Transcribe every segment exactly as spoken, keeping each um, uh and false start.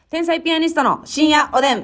天才ピアニストの深夜おでん。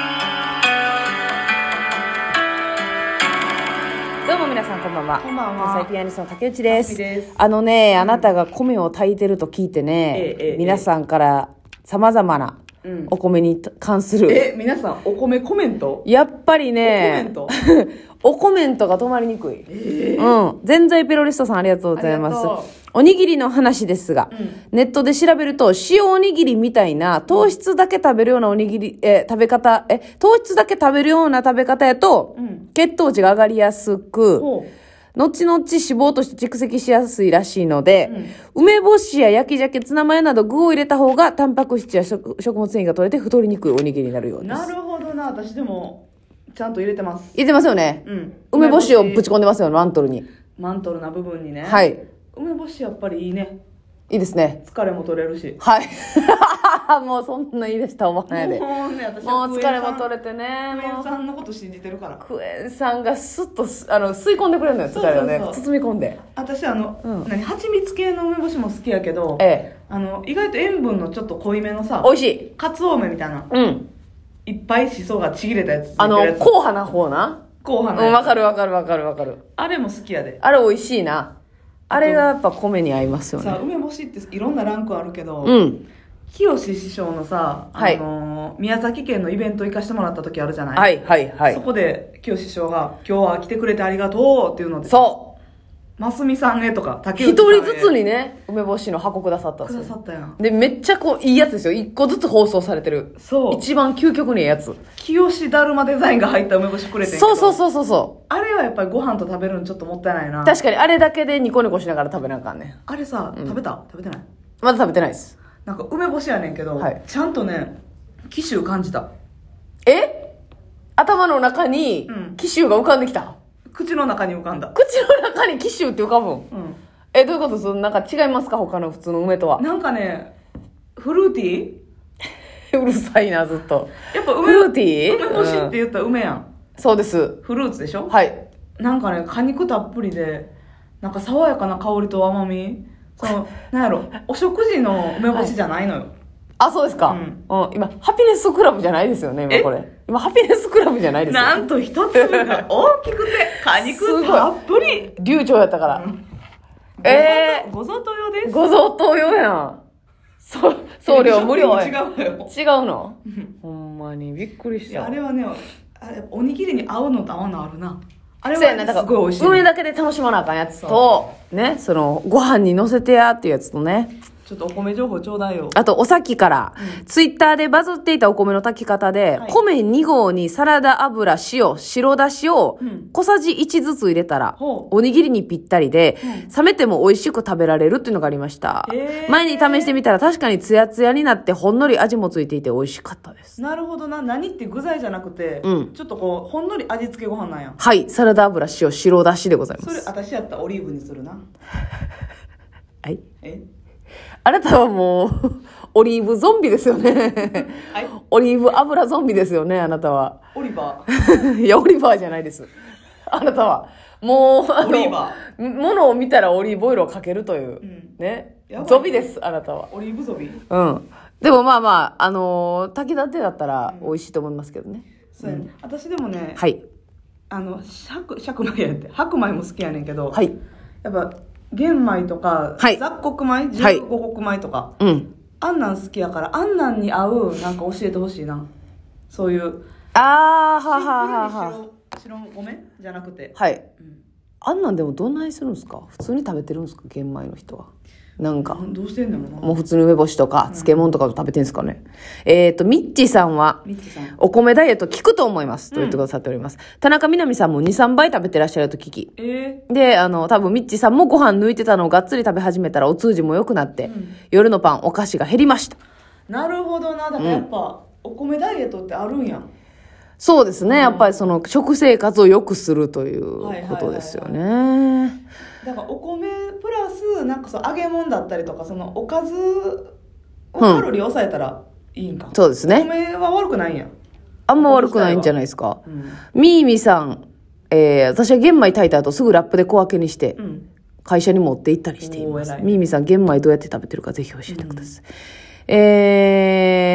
どうも皆さんこんばんは。 こんばんは。 天才ピアニストの竹内です。 ですあのね、あなたが米を炊いてると聞いてね、 ええええ、 皆さんから様々なお米に関する、 え、皆さんお米コメントやっぱりね、 おコメントおコメントが止まりにくい。 えうん。全在ペロリストさんありがとうございまありがとうす。おにぎりの話ですが、 うんネットで調べると、塩おにぎりみたいな糖質だけ食べるようなおにぎり、えー食べ方、え、糖質だけ食べるような食べ方やと、 うん血糖値が上がりやすく、 ほ後々脂肪として蓄積しやすいらしいので、梅干しや焼き鮭、ツナマヨなど具を入れた方が、タンパク質や食食物繊維が取れて太りにくいおにぎりになるようう。 です。 なるほどな。私でもちゃんと入れてます。 入れてますよね。 うん。 梅干しをぶち込んでますよ、マントルに。 マントルな部分にね。 はい。 梅干しやっぱりいいね。 いいですね。 疲れも取れるし。 はい。もうそんないいでした、おばはやで。ももうね、私う疲れも取れてね。 クエンもうさんのこと信じてるから。 クエンさんがスッとすあの吸い込んでくれるのよ、疲れをね。 そうそうそう包み込んで。 私あの、 うん何蜂蜜系の梅干しも好きやけど、 えあの意外と塩分のちょっと濃いめのさえ。、美味しい。 かつお梅みたいな、 うん。 いっぱいしそがちぎれたやつついてあの、 るやつ。 硬派な方な。うん、 後半のやつわかるわかるわかるわかる。 あれも好きやで。 あれ美味しいな。あれがやっぱ米に合いますよさあね。 梅干しっていろんなランクあるけど、 うん。 清志師匠のさ、あはいのー宮崎県のイベント行かしてもらった時あるじゃない、 はいはいはい。 そこで清志師匠が「今日は来てくれてありがとう」っていうので、 そう。 ますみさんへとか竹一内さんへ人ずつにね、梅干しの箱くださったんくですよ。 ださったやん。 で、めっちゃこう、いいやつですよ。一個ずつ放送されてる。 そう一番究極にいいやつ。 清志だるまデザインが入った梅干しくれてんけど、 そうそうそうそうそう。 あれはやっぱりご飯と食べるのちょっともったいないな。 確かにあれだけでニコニコしながら食べなあかんねん。 あれさ、食べた食べてないまだ食べてないです。 なんか梅干しやねんけど、 はいちゃんとね紀州感じた。 え頭の中にうん紀州が浮かんできた。 口の中に浮かんだ。 口の中に紀州って浮かぶん。 うんえ、どういうことそのなんか違いますか他の普通の梅とは。 なんかねフルーティーうるさいな、ずっと。 やっぱ梅フルーティー梅干しって言ったら梅やん、 そうです。 フルーツでしょ、 はい。 なんかね果肉たっぷりでなんか爽やかな香りと甘み、そのなんやろお食事の梅干しじゃないのよ、 あ、そうですか。 ううんん。今、ハピネスクラブじゃないですよね、今これ。今、ハピネスクラブじゃないですよ。 なんと一粒が大きくて果肉たっぷり。 流暢やったから。えごぞとよでー、 す。 ご贈答用やん。そ、送料無料や。 違うのよ。 違うのほんまにびっくりしいやた。 あれはね、あれおにぎりに合うのと合わないのあるな。あれそうやな、だはすから、 ごい美味しい。 梅だけで楽しまなあかんやつと、ね、その、ご飯に乗せてやっていうやつとね。 ちょっとお米情報ちょうだいよ。 あと、おさっきから、ツイッターでバズっていたお米の炊き方で、 はい米に合にサラダ油、塩、白だしをうん小さじいちずつ入れたら、 ほうおにぎりにぴったりで、 うん冷めても美味しく食べられるっていうのがありました。 へー前に試してみたら確かにツヤツヤになってほんのり味もついていて美味しかったです。 なるほどな。何って具材じゃなくて、 うんちょっとこう、ほんのり味付けご飯なんや。 はい、サラダ油、塩、白だしでございまそれ、 す。 私やったらオリーブにするな。 はい。 えあなたはもう、オリーブゾンビですよね。 はい。 オリーブ油ゾンビですよね、あなたは。 オリバー。 いや、オリバーじゃないです。あなたは。もう、あの、 オリーバものを見たらオリーブオイルをかけるという。 んねやば。いゾビです、あなたは。 オリーブゾビ。 うん。でもまあまあ、あのー炊き立てだったら美味しいと思いますけどね。 そうやね。私でもね、 はい。 あの、白、白米やって。白米も好きやねんけど、 はい。 やっぱ、玄米とか、 はい雑穀米、十はい五穀米とか、 うん。 あんなん好きやから、あんなんに合う、なんか教えてほしいな。そういう、 あー、はシンプルにははは。 白、白米じゃなくて。 はい。 うんあんなんでもどんなにするんですか？普通に食べてるんですか？玄米の人は。なんか。 どうしてんのもな。 もう普通に梅干しとか漬物とかと食べてんすかね。えっと、ミッチーさんは、 ミッチさん。 お米ダイエット効くと思います。と言ってくださっております。田中みな実さんもに、さんばい食べてらっしゃると聞き。 えで、あの、多分ミッチーさんもご飯抜いてたのをがっつり食べ始めたらお通じも良くなって、 うん夜のパン、お菓子が減りました。 ー、なるほどな。だからやっぱ、お米ダイエットってあるんや。 そうですね。やっぱりその食生活を良くするということですよね。 だからお米プラス、なんかそう、揚げ物だったりとか、そのおかずをカロリー抑えたらいいんか。 そうですね。 お米は悪くないんや。 あんま悪くないんじゃないですか。 うん。 みーみさん、えー、私は玄米炊いた後すぐラップで小分けにして、 うん。 会社に持って行ったりしています。 おー偉いみーみさん、玄米どうやって食べてるかぜひ教えてください。えー、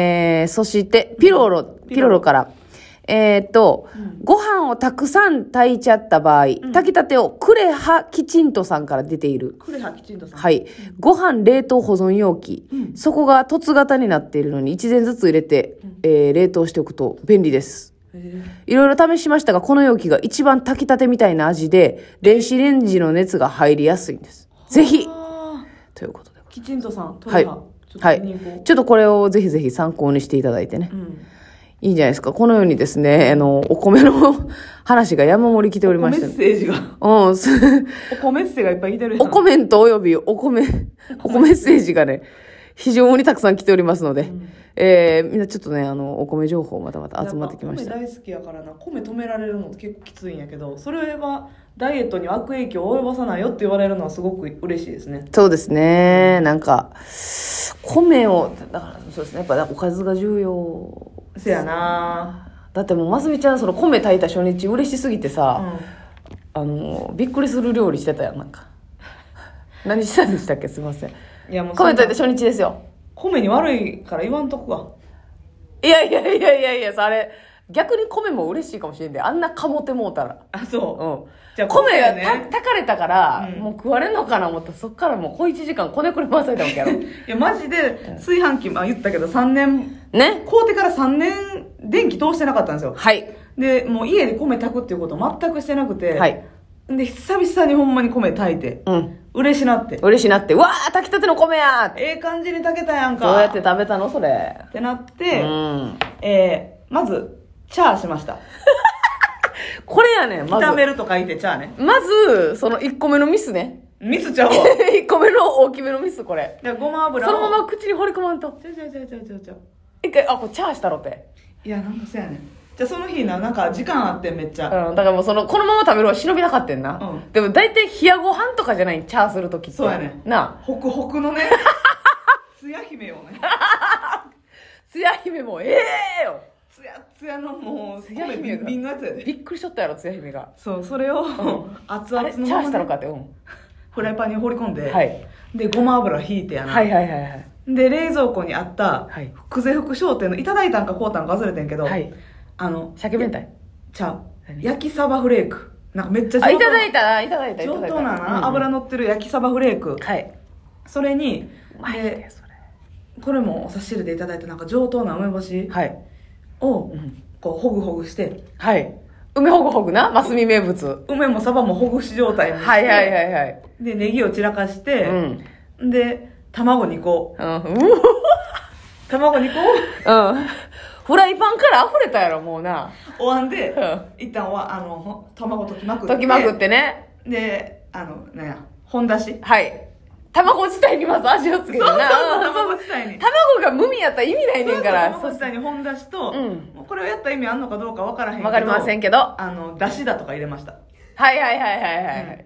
えー、そして、ピロロ、ピロロから、えーっと、うん、ご飯をたくさん炊いちゃった場合、うん、炊きたてをクレハきちんとさんから出ている。 クレハきちんとさん。 はい。うん、ご飯冷凍保存容器、うん。そこが凸型になっているのに一膳ずつ入れて、うん、えー、冷凍しておくと便利です。いろいろ試しましたが、この容器が一番炊きたてみたいな味で、電子レンジの熱が入りやすいんです。ぜひということで。 きちんとさん、 はい。はい。ちょっとこれをぜひぜひ参考にしていただいてね。うん、いいんじゃないですか。このようにですね、あの、お米の話が山盛り来ておりました、 ね。お米メッセージが。 うん。 お米メッセージがいっぱい来てる。 おコメントおよびお米、お米メッセージがね、非常にたくさん来ておりますので、うん、えー、みんなちょっとね、あの、お米情報またまた集まってきました。 米大好きやからな、米止められるのって結構きついんやけど、それはダイエットに悪影響を及ぼさないよって言われるのはすごく嬉しいですね。 そうですね。なんか、米を、だからそうですね、やっぱおかずが重要。 せやな。 だってもう、ますみちゃん、その米炊いた初日嬉しすぎてさ、うん、あの、びっくりする料理してたやん、なんか。何したんでしたっけ、すいません。いやもう米炊いた初日ですよ。 米に悪いから言わんとくわ。 いやいやいやいやいや、それ、逆に米も嬉しいかもしれんで、あんなかもてもうたら。 あ、そう。 うん。じゃあ米が、ね、炊かれたから、うん、もう食われんのかな思ったら、そっからもう小一時間こねくり回されたわけやろ。いや、マジで、炊飯器、まあ言ったけどさんねん、 ね。 買うてからさんねん、電気通してなかったんですよ。 はい。 で、もう家で米炊くっていうこと全くしてなくて、 はい。 で、久々にほんまに米炊いて、うん。嬉しなって。 嬉しなって、わー炊きたての米やーって。 ええ感じに炊けたやんか。 どうやって食べたのそれ。 ってなって、うん、えー、まず、チャーしました。 これやねん、 まず。炒めると書いてチャーね。 まず、そのいっこめのミスね。 ミスちゃうわ。 いっこめの大きめのミス、これ。 で、ごま油を。 そのまま口に放り込まんと。 ちゃうちゃうちゃうちゃうちゃうちゃう。 一回、あ、これチャーしたろって。 いや、なんかそうやねん。じゃあその日な、なんか時間あってんめっちゃ。 うん、だからもうその、このまま食べるは忍びなかったんな。うん。でも大体冷やご飯とかじゃないチャーするときって。 そうやねん。 なあ。 ホクホクのね、つや姫をね。 つや姫もええー、よ。 つやつやのもう、つや姫みんなやつやで。 びっくりしとったやろ、つや姫が。 そう、それを、うん、熱々のまま、ね、 チャーしたのかって、うん。 フライパンに放り込んで、 はい。 で、ごま油引いてやな。 はいはいはいはい。 で、冷蔵庫にあった、はい、久世福商店の、いただいたんか買うたんか忘れてんけど、はい。あの、 鮭明太ちゃう。焼きサバフレーク。なんかめっちゃ上等な。あ、いただいたな、いただいた。 上等なな、うんうん、油乗ってる焼きサバフレーク。 はい。 それに、 うまいね、それ。 これもお差し入れでいただいたなんか上等な梅干し。 はい。 を、こう、ほぐほぐして。 はい。梅ほぐほぐな、ますみ名物。 梅もサバもほぐし状態にして。 はいはいはいはい。 で、ネギを散らかして、うん、で、卵にこ。うん。卵にこ。 うん。フライパンから溢れたやろ、もうな。 お椀で、うん、一旦は、あの、卵溶きまくって。 溶きまくってね。 で、あの、なんや、本だし。 はい。卵自体にまず味をつけてな。 そうそうそう、卵自体に。 卵が無味やったら意味ないねんから。 そうそう、卵自体に本だしと、うん、これをやった意味あんのかどうかわからへんけど。 わかりませんけど。 あの、だしだとか入れました。 はいはいはいはいはい。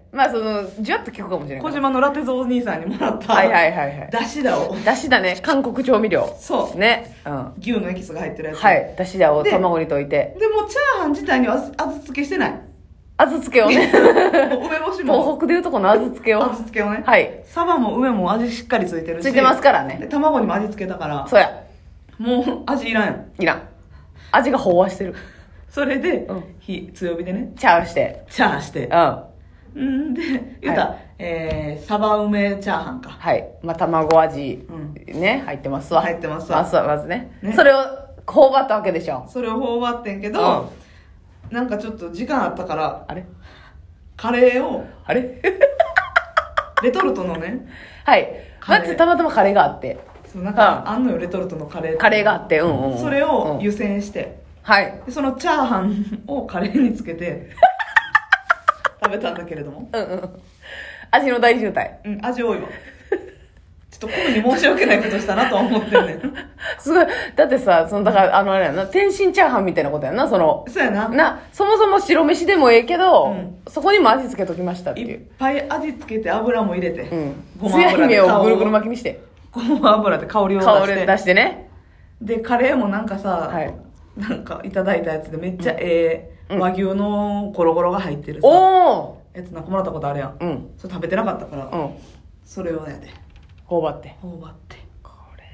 うん、まあその、じゅわっと聞くかもしれない。 小島のラテゾウ兄さんにもらった。 はいはいはいはい。 だしだを。 だしだね。韓国調味料。 そう。 ね。うん。 牛のエキスが入ってるやつ。 はい。だしだを卵に溶いて。 でもチャーハン自体には味付けしてない。 味付けをね。 梅干しも。 東北でいうとこの味付けを。 味付けをね。 はい。 サバも梅も味しっかりついてるし。 ついてますからね。 で、卵にも味付けたから。 そうや。 もう味いらんやん。 いらん。味が飽和してる。 それで、うん、火強火でね。 チャーして。 チャーして。うん。んで、言うたら、はい、えー、サバ梅チャーハンか。 はい。まあ、卵味、うん、ね、入ってますわ。 入ってますわ。 まずは、まずね。ね、それを、頬張ったわけでしょ。 それを頬張ってんけど、うん、なんかちょっと時間あったから、 あれカレーを、 あれレトルトのね。 はい。まずたまたまカレーがあって。 そう、なんか、あんのよ、レトルトのカレー。 カレーがあって、うんうん、うん。 それを湯煎して、 うん、はい。 でそのチャーハンをカレーにつけて、食べたんだけれども。 うんうん。味の大渋滞。 うん、味多いわ。ちょっと米に申し訳ないことしたなとは思ってんねん。 すごい。だってさ、その、だから、あの、あれやな、天津チャーハンみたいなことやな、その。 そうやな。 な、そもそも白飯でもええけど、うん、そこにも味付けときましたっていう。 いっぱい味付けて油も入れて。うん。 ごま油で香りをぐるぐる巻きにして。 ごま油で香りを出して。 香り出してね。 で、カレーもなんかさ、はい、なんかいただいたやつでめっちゃええ、うん、和牛のゴロゴロが入ってるさ。おーやつなんかもらったことあるやん。うん。それ食べてなかったから、うん。それをやで。 頬張って。 頬張って。 これは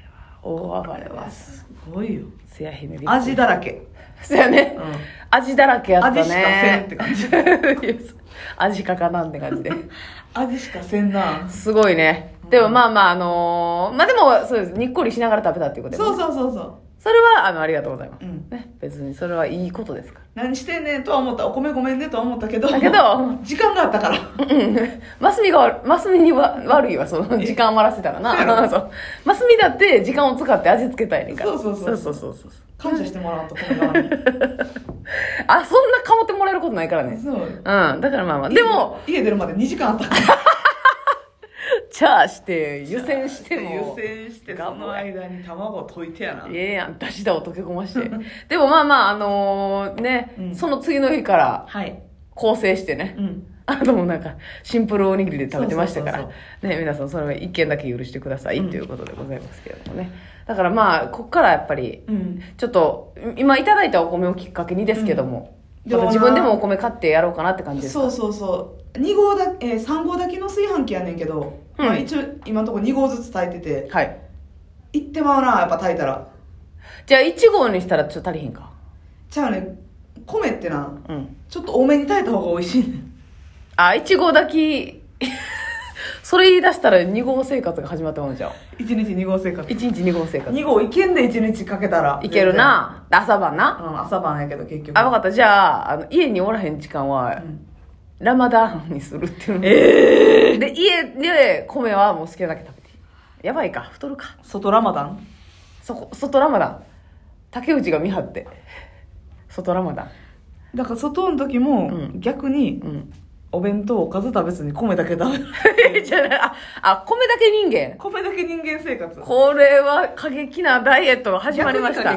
大暴れはすすごいよ。 つや姫味だらけ。 そうやね、うん、味だらけやったね。 味しかせんって感じ。 味かかなんって感じで。 味しかせんな。 すごいね。でもまあまああのー、まあでもそうです。にっこりしながら食べたっていうことで、ね。 そうそうそうそう。 それはあのありがとうございます、 うんね、別にそれはいいことですから。 何してんねんとは思った。お米ごめんねとは思ったけど、 だけど時間があったからマスミがマスミには悪いわ、その時間余らせたらな。そうマスミだって時間を使って味付けたいねんから。 そうそうそうそうそうそう感謝してもらうと米側にあ、そんなかもってもらえることないからね。 そう、 うん、だからまあまあでも家出るまでにじかんあったからチャーして湯煎しても湯煎してその間に卵を溶いてやな。 ええやん、だしだを溶け込ましてでもまあまああのー、ね、うん、その次の日から構成してね、はい、うん、あともなんかシンプルおにぎりで食べてましたから、そうそうそうそう、ね、皆さんそれは一件だけ許してください、うん、ということでございますけれどもね。だからまあこっからやっぱり、うん、ちょっと今いただいたお米をきっかけにですけども、うん、また自分でもお米買ってやろうかなって感じですか。 そうそうそうに号だ、えー、さん号炊きの炊飯器やねんけど、うん、まあ、一応今のところに号ずつ炊いてて、はい、いってまうなやっぱ炊いたら。 じゃあいち号にしたらちょっと足りひんか。 じゃあね、米ってな、うん、ちょっと多めに炊いた方が美味しいねん。 あ、いち号炊きそれ言い出したらに号生活が始まってもんじゃん。 いちにちに号生活。 いちにちに号生活。 に号いけんでいちにちかけたら。 いけるな。朝晩な。 うん、朝晩やけど結局。 あ、分かった。じゃあ、あの家におらへん時間は、うん、ラマダンにするっていうの。 えー、 で、家で米はもう好きなだけ食べていい。やばいか、太るか。 外ラマダンそこ、外ラマダン。竹内が見張って。外ラマダン。 だから外の時も、逆に、うん、うんお弁当おかず食べずに米だけ食べるじゃあ、あ、米だけ人間米だけ人間生活。 これは過激なダイエットが始まりました。